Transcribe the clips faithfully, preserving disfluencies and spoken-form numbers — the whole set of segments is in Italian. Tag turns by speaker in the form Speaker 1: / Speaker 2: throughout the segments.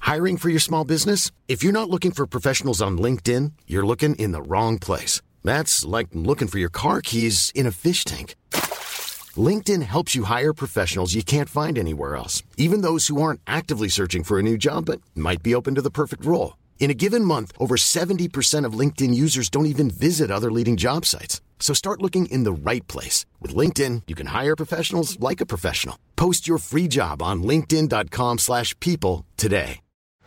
Speaker 1: Hiring for your small business? If you're not looking for professionals on LinkedIn, you're looking in the wrong place. That's like looking for your car keys in a fish tank. LinkedIn helps you hire professionals you can't find anywhere else, even those who aren't actively searching for a new job but might be open to the perfect role. In a given month, over seventy percent of LinkedIn users don't even visit other leading job sites. So start looking in the right place. With LinkedIn, you can hire professionals like a professional. Post your free job on linkedin.com slash people today.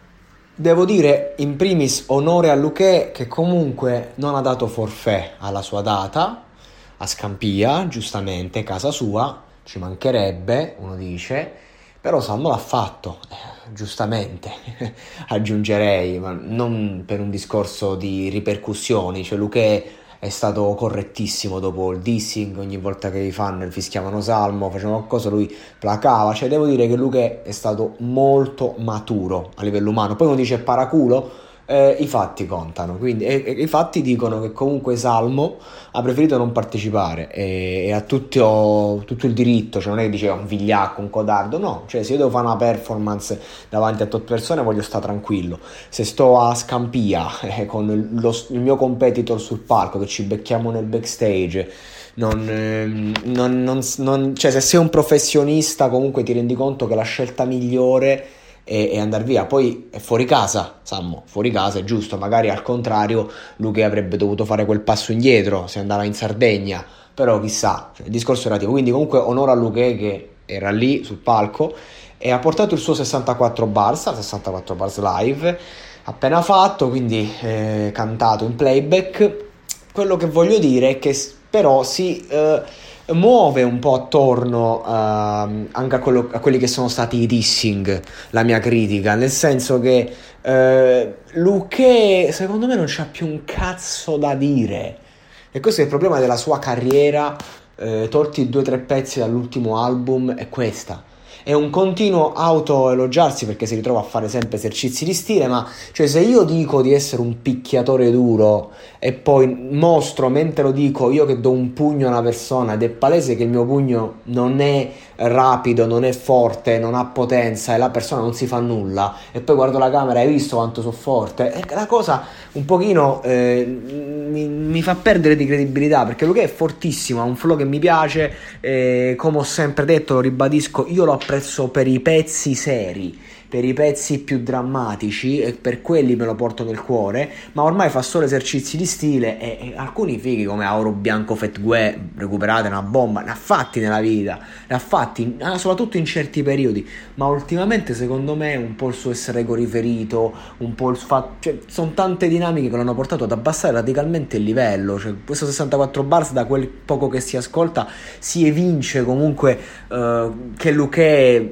Speaker 2: Devo dire, in primis, onore a Luché che comunque non ha dato forfait alla sua data, a Scampia, giustamente, casa sua, ci mancherebbe, uno dice, però Salmo l'ha fatto, eh, giustamente, aggiungerei, ma non per un discorso di ripercussioni, cioè Luché è stato correttissimo dopo il dissing, ogni volta che i fan fischiavano Salmo, facevano qualcosa, lui placava, cioè devo dire che Luché è stato molto maturo a livello umano. Poi uno dice paraculo, eh, i fatti contano, quindi e, e, i fatti dicono che comunque Salmo ha preferito non partecipare e, e ha tutto, tutto il diritto, cioè non è che diceva un vigliacco, un codardo, no, cioè se io devo fare una performance davanti a tot persone voglio stare tranquillo, se sto a Scampia eh, con lo, il mio competitor sul palco che ci becchiamo nel backstage, non, eh, non, non, non, cioè se sei un professionista comunque ti rendi conto che la scelta migliore e, e andare via. Poi è fuori casa, Sammo, fuori casa è giusto, magari al contrario Luché avrebbe dovuto fare quel passo indietro se andava in Sardegna, però chissà, cioè, il discorso è relativo. Quindi comunque onore a Luché che era lì sul palco e ha portato il suo sessantaquattro bars, sessantaquattro bars live appena fatto, quindi eh, cantato in playback. Quello che voglio dire è che però si eh, muove un po' attorno uh, anche a, quello, a quelli che sono stati i dissing, la mia critica, nel senso che uh, Luché secondo me non c'ha più un cazzo da dire e questo è il problema della sua carriera, uh, tolti due o tre pezzi dall'ultimo album, è questa. È un continuo autoelogiarsi perché si ritrova a fare sempre esercizi di stile, ma cioè se io dico di essere un picchiatore duro e poi mostro mentre lo dico io che do un pugno a una persona ed è palese che il mio pugno non è rapido, non è forte, non ha potenza e la persona non si fa nulla e poi guardo la camera e hai visto quanto sono forte, e la cosa un pochino eh, mi, mi fa perdere di credibilità perché Luché è fortissimo, ha un flow che mi piace, eh, come ho sempre detto, lo ribadisco, io lo apprezzo per i pezzi seri, per i pezzi più drammatici e per quelli me lo porto nel cuore, ma ormai fa solo esercizi di stile e, e alcuni fighi come Auro Bianco Fetgue, recuperate una bomba, ne ha fatti nella vita, ne ha fatti soprattutto in certi periodi, ma ultimamente secondo me un po' il suo essere riferito, un po' il fatto, cioè sono tante dinamiche che l'hanno portato ad abbassare radicalmente il livello, cioè questo sessantaquattro bars da quel poco che si ascolta si evince comunque uh, che Luché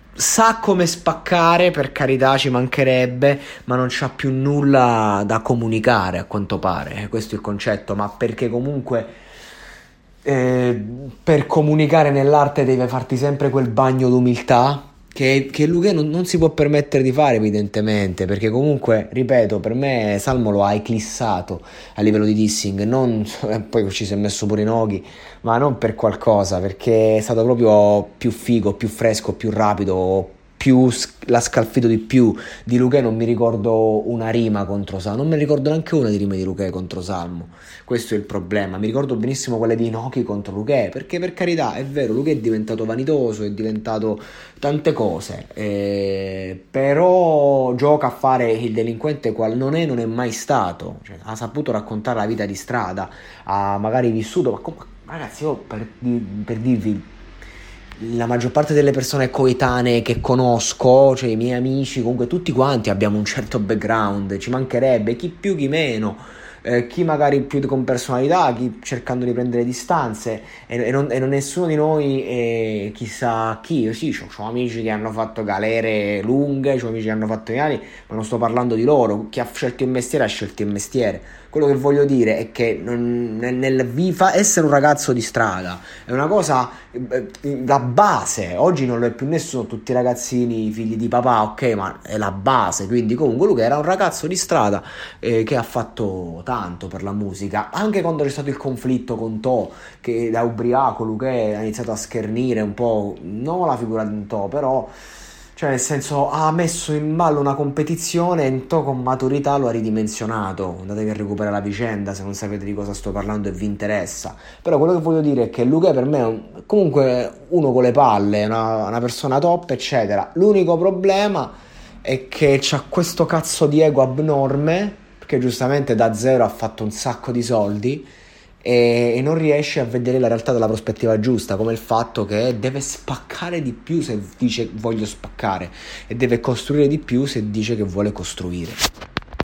Speaker 2: sa come spaccare, per carità, ci mancherebbe, ma non c'ha più nulla da comunicare a quanto pare, questo è il concetto, ma perché comunque eh, per comunicare nell'arte devi farti sempre quel bagno d'umiltà che, che Luché non, non si può permettere di fare evidentemente, perché comunque, ripeto, per me Salmo lo ha eclissato a livello di dissing, non, poi ci si è messo pure in oghi, ma non per qualcosa, perché è stato proprio più figo, più fresco, più rapido, più l'ha scalfito di più. Di Luché non mi ricordo una rima contro Salmo, non mi ricordo neanche una di rime di Luché contro Salmo, questo è il problema. Mi ricordo benissimo quelle di Inoki contro Luché, perché per carità è vero, Luché è diventato vanitoso, è diventato tante cose, eh, però gioca a fare il delinquente qual non è, non è mai stato, cioè, ha saputo raccontare la vita di strada, ha magari vissuto, ma com- ragazzi, io per, per dirvi, la maggior parte delle persone coetanee che conosco, cioè i miei amici, comunque tutti quanti abbiamo un certo background, ci mancherebbe, chi più chi meno, eh, chi magari più con personalità, chi cercando di prendere distanze, e, e, non, e non nessuno di noi è chissà chi. Io sì, ho amici che hanno fatto galere lunghe, ho amici che hanno fatto gli anni, ma non sto parlando di loro, chi ha scelto il mestiere ha scelto il mestiere. Quello che voglio dire è che non, nel, nel viva, essere un ragazzo di strada è una cosa, eh, la base, oggi non lo è più nessuno, tutti i ragazzini figli di papà, ok, ma è la base, quindi comunque lui che era un ragazzo di strada eh, che ha fatto tanto per la musica, anche quando c'è stato il conflitto con To, che da ubriaco lui che ha iniziato a schernire un po', non la figura di un To, però Cioè, nel senso, ha messo in ballo una competizione e in to con maturità lo ha ridimensionato. Andatevi a recuperare la vicenda se non sapete di cosa sto parlando e vi interessa. Però quello che voglio dire è che Luque per me è un, comunque uno con le palle, una, una persona top, eccetera. L'unico problema è che c'ha questo cazzo di ego abnorme, perché giustamente da zero ha fatto un sacco di soldi, e, e non riesce a vedere la realtà dalla prospettiva giusta, come il fatto che deve spaccare di più se dice voglio spaccare e deve costruire di più se dice che vuole costruire.